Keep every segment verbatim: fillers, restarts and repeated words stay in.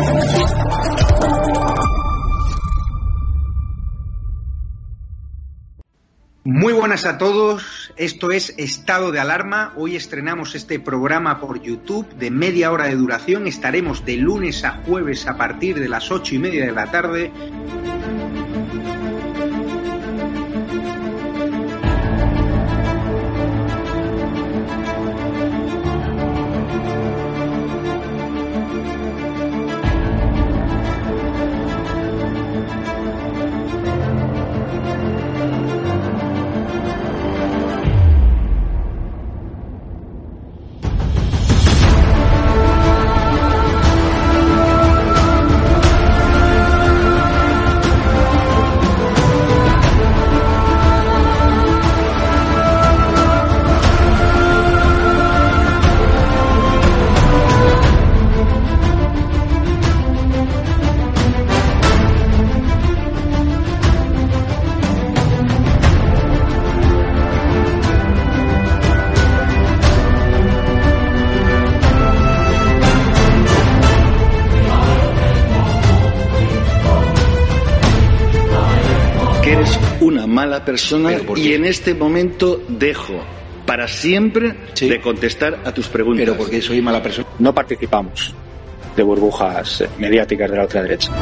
Muy buenas a todos, esto es Estado de Alarma. Hoy estrenamos este programa por YouTube de media hora de duración. Estaremos de lunes a jueves a partir de las ocho y media de la tarde. Mala persona y en este momento dejo para siempre sí. de contestar a tus preguntas. Pero porque soy mala persona. No participamos de burbujas mediáticas de la otra derecha.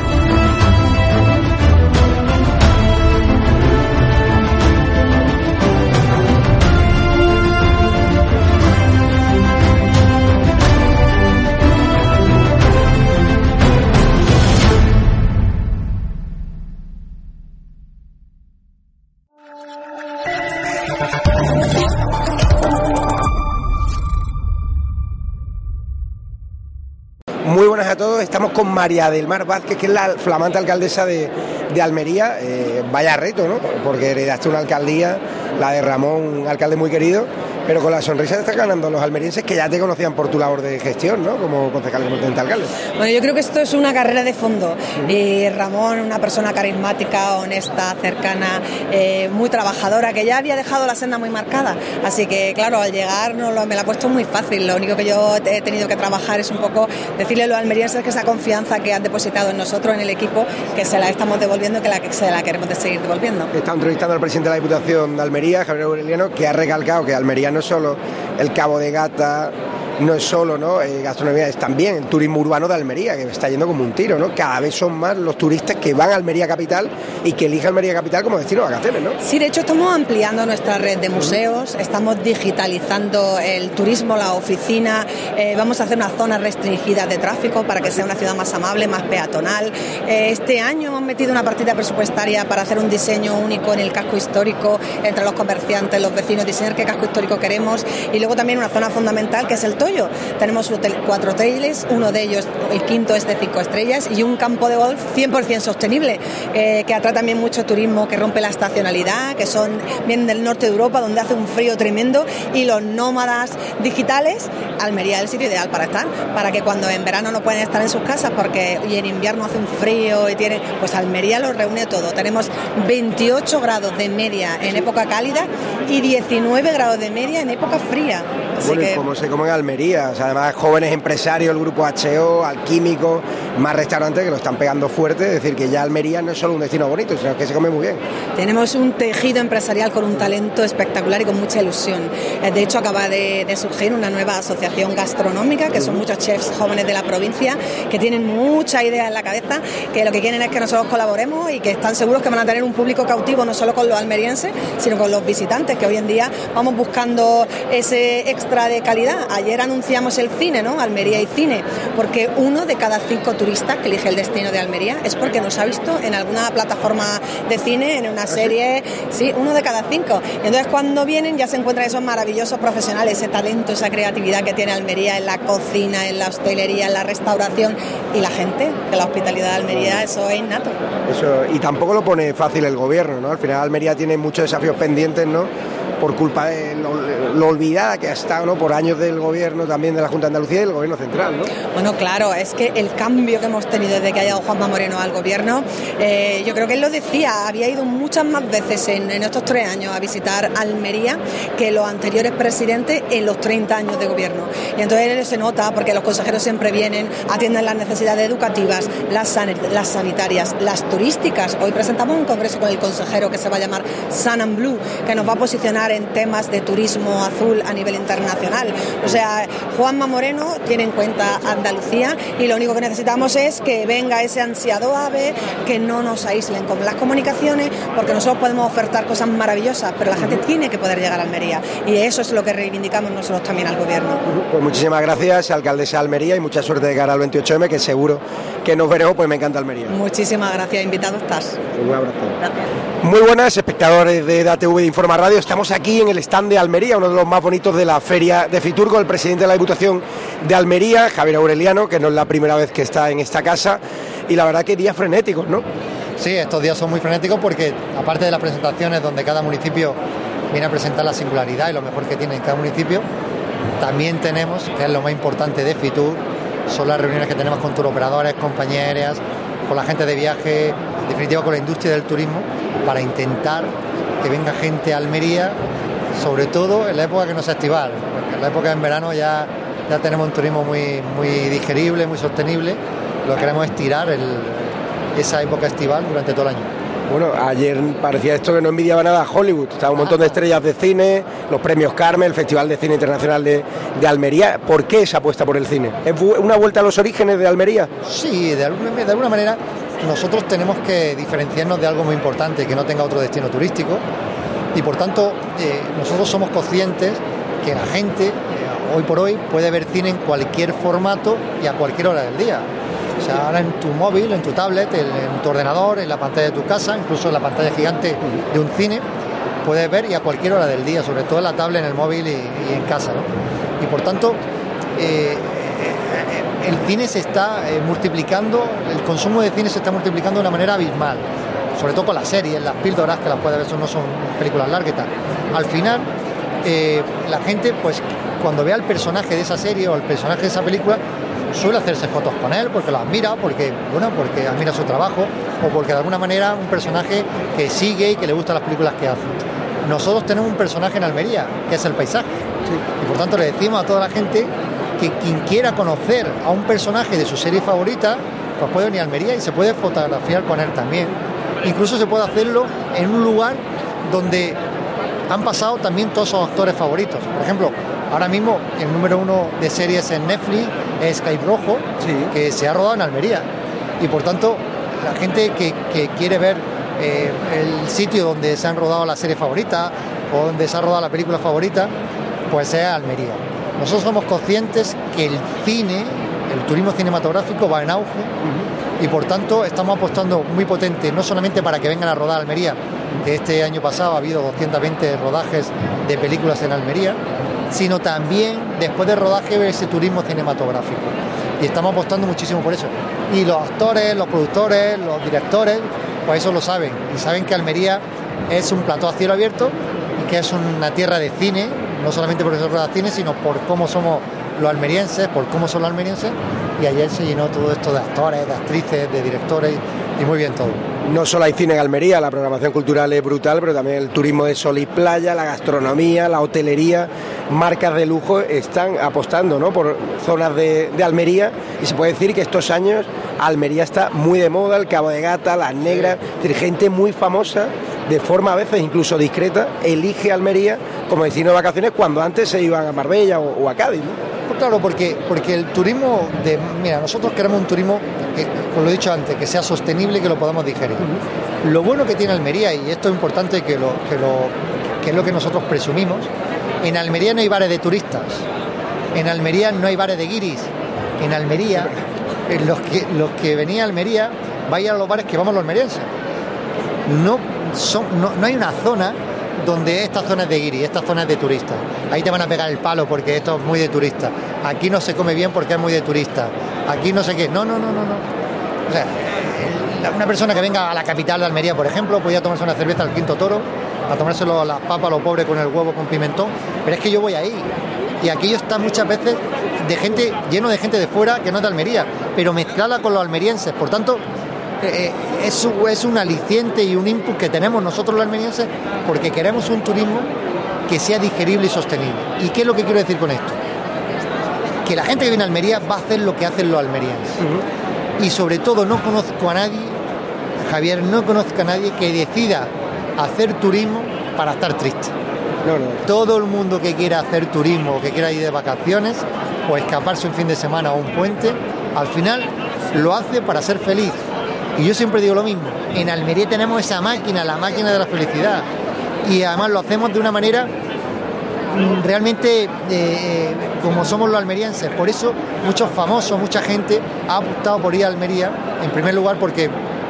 Muy buenas a todos, estamos con María del Mar Vázquez, que es la flamante alcaldesa de, de Almería. Eh, vaya reto, ¿no? Porque heredaste una alcaldía, la de Ramón, un alcalde muy querido, pero con la sonrisa te están ganando los almerienses que ya te conocían por tu labor de gestión, ¿no? Como concejal, como teniente alcalde. Bueno, yo creo que esto es una carrera de fondo. Y Ramón, una persona carismática, honesta, cercana, eh, muy trabajadora, que ya había dejado la senda muy marcada. Así que, claro, al llegar no lo, me la ha puesto muy fácil. Lo único que yo he tenido que trabajar es un poco decirle a los almerienses que esa confianza que han depositado en nosotros, en el equipo, que se la estamos devolviendo, que, la, que se la queremos de seguir devolviendo. Está entrevistando al presidente de la Diputación de Almería, Javier Aureliano, que ha recalcado que Almería no es solo el Cabo de Gata, no es solo, ¿no? Eh, gastronomía, es también el turismo urbano de Almería, que está yendo como un tiro, ¿no? Cada vez son más los turistas que van a Almería Capital y que eligen Almería Capital como destino de vacaciones, ¿no? Sí, de hecho estamos ampliando nuestra red de museos, estamos digitalizando el turismo, la oficina, eh, vamos a hacer una zona restringida de tráfico para que sea una ciudad más amable, más peatonal. Eh, este año hemos metido una partida presupuestaria para hacer un diseño único en el casco histórico, entre los comerciantes, los vecinos, diseñar qué casco histórico queremos, y luego también una zona fundamental que es el Toyo. Tenemos hotel, cuatro hoteles, uno de ellos, el quinto, es de cinco estrellas, y un campo de golf cien por ciento sostenible, eh, que atrae también mucho turismo, que rompe la estacionalidad, que son vienen del norte de Europa, donde hace un frío tremendo, y los nómadas digitales. Almería es el sitio ideal para estar, para que cuando en verano no pueden estar en sus casas porque y en invierno hace un frío y tiene, pues Almería lo reúne todo. Tenemos veintiocho grados de media en época cálida y diecinueve grados de media en época fría. Así bueno, que... y como se come en Almería, o sea, además jóvenes empresarios, el grupo H O, Alquímico, más restaurantes que lo están pegando fuerte, es decir, que ya Almería no es solo un destino bonito, sino que se come muy bien. Tenemos un tejido empresarial con un talento espectacular y con mucha ilusión. De hecho, acaba de, de surgir una nueva asociación gastronómica, que son muchos chefs jóvenes de la provincia, que tienen mucha idea en la cabeza, que lo que quieren es que nosotros colaboremos y que están seguros que van a tener un público cautivo, no solo con los almerienses, sino con los visitantes, que hoy en día vamos buscando ese extra de calidad. Ayer anunciamos el cine, ¿no? Almería y cine, porque uno de cada cinco turistas que elige el destino de Almería es porque nos ha visto en alguna plataforma de cine, en una serie, sí, uno de cada cinco. Y entonces cuando vienen ya se encuentran esos maravillosos profesionales, ese talento, esa creatividad que tiene Almería en la cocina, en la hostelería, en la restauración, y la gente de la hospitalidad de Almería, eso es innato. Eso, y tampoco lo pone fácil el gobierno, ¿no? Al final Almería tiene muchos desafíos pendientes, ¿no? por culpa de lo, lo olvidada que ha estado, ¿no?, por años del gobierno también de la Junta de Andalucía y del gobierno central, ¿no? Bueno, claro, es que el cambio que hemos tenido desde que ha llegado Juanma Moreno al gobierno, eh, yo creo que él lo decía, había ido muchas más veces en, en estos tres años a visitar Almería que los anteriores presidentes en los treinta años de gobierno. Y entonces él se nota porque los consejeros siempre vienen, atienden las necesidades educativas, las, san, las sanitarias, las turísticas. Hoy presentamos un congreso con el consejero que se va a llamar Sun and Blue, que nos va a posicionar en temas de turismo azul a nivel internacional. O sea, Juanma Moreno tiene en cuenta Andalucía y lo único que necesitamos es que venga ese ansiado AVE, que no nos aíslen con las comunicaciones, porque nosotros podemos ofertar cosas maravillosas, pero la gente tiene que poder llegar a Almería y eso es lo que reivindicamos nosotros también al gobierno. Pues muchísimas gracias, alcaldesa de Almería, y mucha suerte de cara al veintiocho eme, que seguro que nos veremos, pues me encanta Almería. Muchísimas gracias, invitado estás. Un abrazo. Gracias. Muy buenas, espectadores de D A T V de Informa Radio. Estamos aquí en el stand de Almería, uno de los más bonitos de la feria de Fitur, con el presidente de la Diputación de Almería, Javier Aureliano, que no es la primera vez que está en esta casa, y la verdad que días frenéticos, ¿no? Sí, estos días son muy frenéticos porque, aparte de las presentaciones donde cada municipio viene a presentar la singularidad y lo mejor que tiene en cada municipio, también tenemos, que es lo más importante de Fitur, son las reuniones que tenemos con turoperadores, compañías aéreas, con la gente de viaje, en definitiva con la industria del turismo, para intentar que venga gente a Almería, sobre todo en la época que no sea estival, porque en la época en verano ya, ya tenemos un turismo muy, muy digerible, muy sostenible. Lo que queremos es tirar el, esa época estival durante todo el año. Bueno, ayer parecía esto que no envidiaba nada a Hollywood. Estaba un montón de estrellas de cine, los premios Carmen, el Festival de Cine Internacional de, de Almería. ¿Por qué esa apuesta por el cine? ¿Es una vuelta a los orígenes de Almería? Sí, de alguna, de alguna manera nosotros tenemos que diferenciarnos de algo muy importante, que no tenga otro destino turístico, y por tanto eh, nosotros somos conscientes que la gente eh, hoy por hoy puede ver cine en cualquier formato y a cualquier hora del día. O sea, ahora en tu móvil, en tu tablet, en, en tu ordenador, en la pantalla de tu casa, incluso en la pantalla gigante de un cine, puedes ver y a cualquier hora del día, sobre todo en la tablet, en el móvil y, y en casa, ¿no? Y por tanto, eh, el cine se está eh, multiplicando, el consumo de cine se está multiplicando de una manera abismal, sobre todo con las series, las píldoras, que las puedes ver, no son películas largas y tal. Al final, eh, la gente, pues, cuando ve al personaje de esa serie o al personaje de esa película, suele hacerse fotos con él porque lo admira, porque, bueno, porque admira su trabajo o porque de alguna manera un personaje que sigue y que le gustan las películas que hace. Nosotros tenemos un personaje en Almería, que es el paisaje. Sí. Y por tanto le decimos a toda la gente que quien quiera conocer a un personaje de su serie favorita, pues puede venir a Almería y se puede fotografiar con él también. Incluso se puede hacerlo en un lugar donde han pasado también todos sus actores favoritos. Por ejemplo, ahora mismo el número uno de series en Netflix es Skype Rojo, sí, que se ha rodado en Almería. Y por tanto, la gente que, que quiere ver eh, el sitio donde se han rodado la serie favorita o donde se ha rodado la película favorita, pues es Almería. Nosotros somos conscientes que el cine, el turismo cinematográfico va en auge, uh-huh, y por tanto estamos apostando muy potente, no solamente para que vengan a rodar a Almería, que este año pasado ha habido doscientos veinte rodajes de películas en Almería, sino también después del rodaje ver ese turismo cinematográfico. Y estamos apostando muchísimo por eso. Y los actores, los productores, los directores, pues eso lo saben. Y saben que Almería es un plató a cielo abierto y que es una tierra de cine, no solamente porque se roda cine, sino por cómo somos los almerienses, por cómo son los almerienses. Y ayer se llenó todo esto de actores, de actrices, de directores, y muy bien todo. No solo hay cine en Almería, la programación cultural es brutal, pero también el turismo de sol y playa, la gastronomía, la hotelería, marcas de lujo están apostando, ¿no?, por zonas de, de Almería, y se puede decir que estos años Almería está muy de moda, el Cabo de Gata, las Negras, sí, gente muy famosa, de forma a veces incluso discreta, elige Almería como destino de vacaciones cuando antes se iban a Marbella o, o a Cádiz, ¿no? Pues claro, porque, porque el turismo, de, mira, nosotros queremos un turismo que, como lo he dicho antes, que sea sostenible y que lo podamos digerir. Uh-huh. Lo bueno que tiene Almería, y esto es importante que, lo, que, lo, que es lo que nosotros presumimos, en Almería no hay bares de turistas, en Almería no hay bares de guiris, en Almería, los que, los que venían a Almería, vayan a los bares que vamos los almerienses. No, son, no, no hay una zona donde esta zona es de guiri, esta zona es de turista. Ahí te van a pegar el palo porque esto es muy de turista. Aquí no se come bien porque es muy de turista. Aquí no sé qué. No, no, no, no, no. O sea, una persona que venga a la capital de Almería, por ejemplo, podría tomarse una cerveza al Quinto Toro a tomárselo las papas, los pobres con el huevo con pimentón, pero es que yo voy ahí. Y aquello está muchas veces de gente, lleno de gente de fuera que no es de Almería, pero mezclada con los almerienses. Por tanto, eh, es, es un aliciente y un input que tenemos nosotros los almerienses porque queremos un turismo que sea digerible y sostenible. ¿Y qué es lo que quiero decir con esto? Que la gente que viene a Almería va a hacer lo que hacen los almerienses. Uh-huh. Y sobre todo no conozco a nadie, Javier, no conozco a nadie que decida hacer turismo para estar triste. No, no. Todo el mundo que quiera hacer turismo o que quiera ir de vacaciones o escaparse un fin de semana o un puente, al final lo hace para ser feliz. Y yo siempre digo lo mismo, en Almería tenemos esa máquina, la máquina de la felicidad, y además lo hacemos de una manera realmente eh, como somos los almerienses. Por eso muchos famosos, mucha gente ha optado por ir a Almería, en primer lugar porque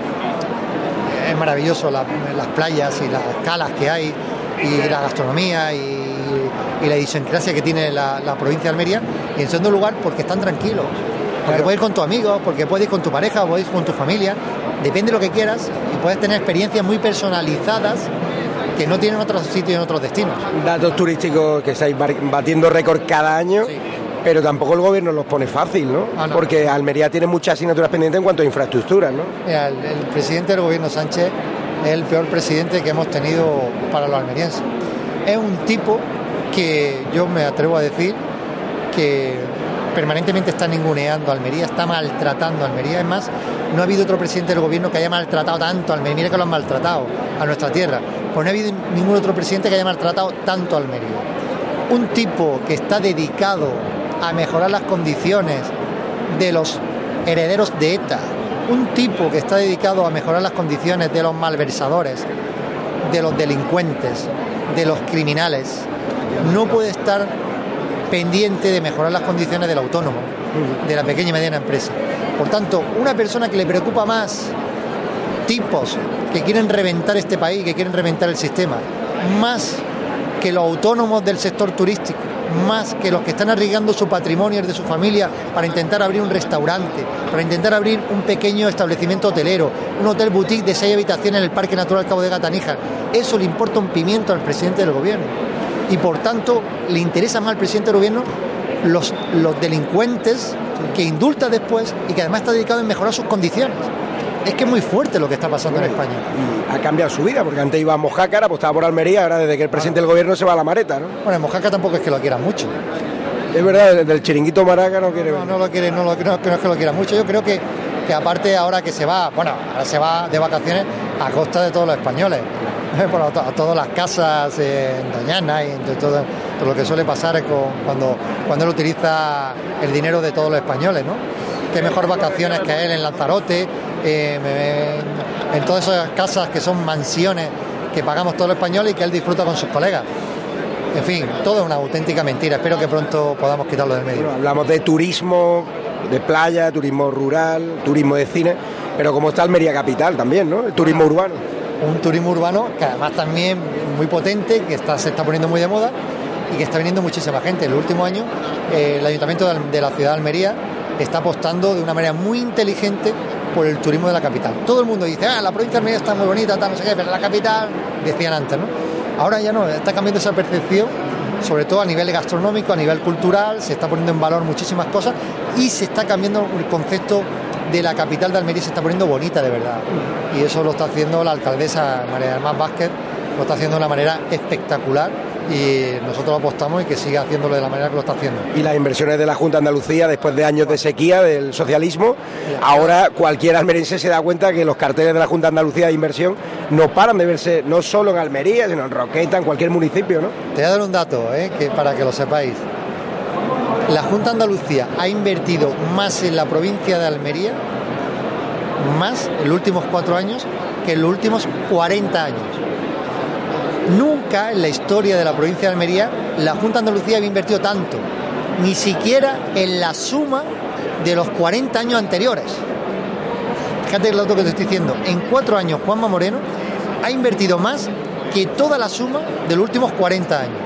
es maravilloso la, las playas y las calas que hay, y la gastronomía y, y la idiosincrasia que tiene la, la provincia de Almería, y en segundo lugar porque están tranquilos, porque puedes ir con tus amigos, porque puedes ir con tu pareja, puedes ir con tu familia, depende de lo que quieras, y puedes tener experiencias muy personalizadas que no tienen otros sitios en otros destinos. Datos turísticos que estáis batiendo récord cada año, sí. Pero tampoco el gobierno los pone fácil, ¿no? Ah, no. Porque Almería tiene muchas asignaturas pendientes en cuanto a infraestructuras, ¿no? Mira, el, el presidente del gobierno, Sánchez, es el peor presidente que hemos tenido para los almerienses. Es un tipo que yo me atrevo a decir que permanentemente está ninguneando a Almería, está maltratando a Almería. Es más, no ha habido otro presidente del gobierno que haya maltratado tanto a Almería. Mira que lo han maltratado a nuestra tierra. Pues no ha habido ningún otro presidente que haya maltratado tanto a Almería. Un tipo que está dedicado a mejorar las condiciones de los herederos de ETA. Un tipo que está dedicado a mejorar las condiciones de los malversadores, de los delincuentes, de los criminales. No puede estar pendiente de mejorar las condiciones del autónomo, de la pequeña y mediana empresa. Por tanto, una persona que le preocupa más tipos que quieren reventar este país, que quieren reventar el sistema, más que los autónomos del sector turístico, más que los que están arriesgando su patrimonio de su familia para intentar abrir un restaurante, para intentar abrir un pequeño establecimiento hotelero, un hotel boutique de seis habitaciones en el Parque Natural Cabo de Gata-Níjar. Eso le importa un pimiento al presidente del gobierno. Y por tanto le interesa más al presidente del gobierno los, los delincuentes que indulta después y que además está dedicado en mejorar sus condiciones. Es que es muy fuerte lo que está pasando en España. Y ha cambiado su vida, porque antes iba a Mojácar, apostaba por Almería, ahora desde que el presidente del gobierno se va a La Mareta, ¿no? Bueno, en Mojácar tampoco es que lo quiera mucho. Es verdad, desde el chiringuito Maraca no quiere... No, no lo quiere, no, lo, no, no es que lo quiera mucho. Yo creo que, que aparte ahora que se va, bueno, ahora se va de vacaciones a costa de todos los españoles. Bueno, a, to, a todas las casas eh, en Doñana y de todo, todo lo que suele pasar con, cuando, cuando él utiliza el dinero de todos los españoles, ¿no? Qué mejor vacaciones que él en Lanzarote, eh, me, en todas esas casas que son mansiones que pagamos todos los españoles y que él disfruta con sus colegas. En fin, todo es una auténtica mentira. Espero que pronto podamos quitarlo del medio. Bueno, hablamos de turismo, de playa, turismo rural, turismo de cine, pero como está Almería capital también, ¿no? El turismo bueno, urbano. Un turismo urbano que además también muy potente, que está, se está poniendo muy de moda y que está viniendo muchísima gente. En los últimos años eh, el Ayuntamiento de la ciudad de Almería está apostando de una manera muy inteligente por el turismo de la capital. Todo el mundo dice, ah, la provincia de Almería está muy bonita, tal, no sé qué, pero la capital, decían antes, ¿no? Ahora ya no, está cambiando esa percepción, sobre todo a nivel gastronómico, a nivel cultural, se está poniendo en valor muchísimas cosas y se está cambiando el concepto de la capital de Almería, se está poniendo bonita de verdad. Y eso lo está haciendo la alcaldesa María del Mar Vázquez, lo está haciendo de una manera espectacular y nosotros apostamos y que siga haciéndolo de la manera que lo está haciendo. Y las inversiones de la Junta de Andalucía, después de años de sequía del socialismo, ahora cualquier almeriense se da cuenta que los carteles de la Junta de Andalucía de inversión no paran de verse, no solo en Almería, sino en Roqueta, en cualquier municipio, ¿no? Te voy a dar un dato, ¿eh? que para que lo sepáis. La Junta de Andalucía ha invertido más en la provincia de Almería, más en los últimos cuatro años, que en los últimos cuarenta años. Nunca en la historia de la provincia de Almería la Junta de Andalucía había invertido tanto, ni siquiera en la suma de los cuarenta años anteriores. Fíjate el dato que te estoy diciendo. En cuatro años Juanma Moreno ha invertido más que toda la suma de los últimos cuarenta años.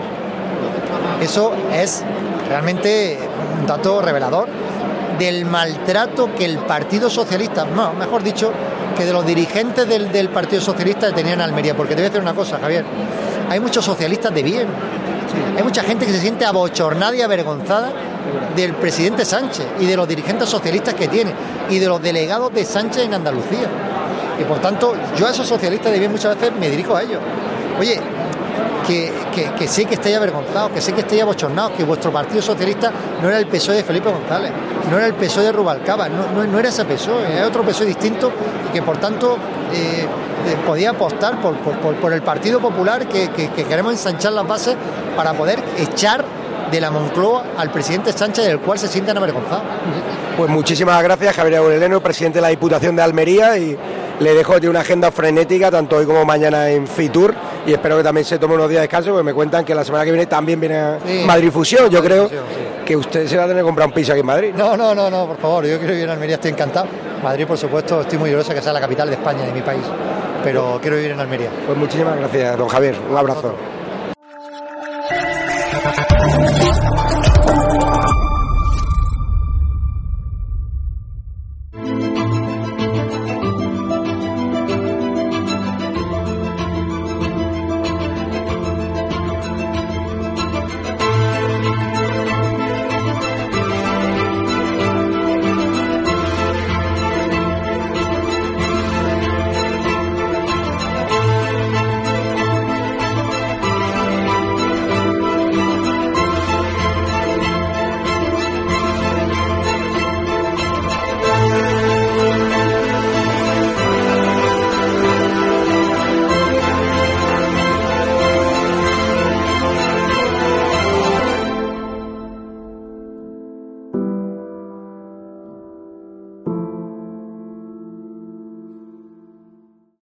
Eso es realmente un dato revelador del maltrato que el Partido Socialista, no, mejor dicho, que de los dirigentes del, del Partido Socialista que tenían en Almería, porque te voy a decir una cosa, Javier, hay muchos socialistas de bien, hay mucha gente que se siente abochornada y avergonzada del presidente Sánchez y de los dirigentes socialistas que tiene y de los delegados de Sánchez en Andalucía. Y por tanto, yo a esos socialistas de bien muchas veces me dirijo a ellos. Oye, que, que, que sé que estáis avergonzados, que sé que estáis abochornados, que vuestro Partido Socialista no era el P S O E de Felipe González, no era el P S O E de Rubalcaba, no, no, no era ese P S O E, era otro P S O E distinto y que por tanto eh, eh, podía apostar por, por, por, por el Partido Popular, que, que, que queremos ensanchar las bases para poder echar de la Moncloa al presidente Sánchez, del cual se sienten avergonzados. Pues muchísimas gracias, Javier Aureleno, presidente de la Diputación de Almería, y le dejo de una agenda frenética tanto hoy como mañana en Fitur, y espero que también se tome unos días de descanso, porque me cuentan que la semana que viene también viene a sí, Madrid Fusión. Yo Madrid creo Fusión, sí. que usted se va a tener que comprar un piso aquí en Madrid. No, no, no, no, por favor, yo quiero vivir en Almería, estoy encantado. Madrid, por supuesto, estoy muy orgulloso de que sea la capital de España, de mi país, pero quiero vivir en Almería. Pues muchísimas gracias, don Javier, un abrazo.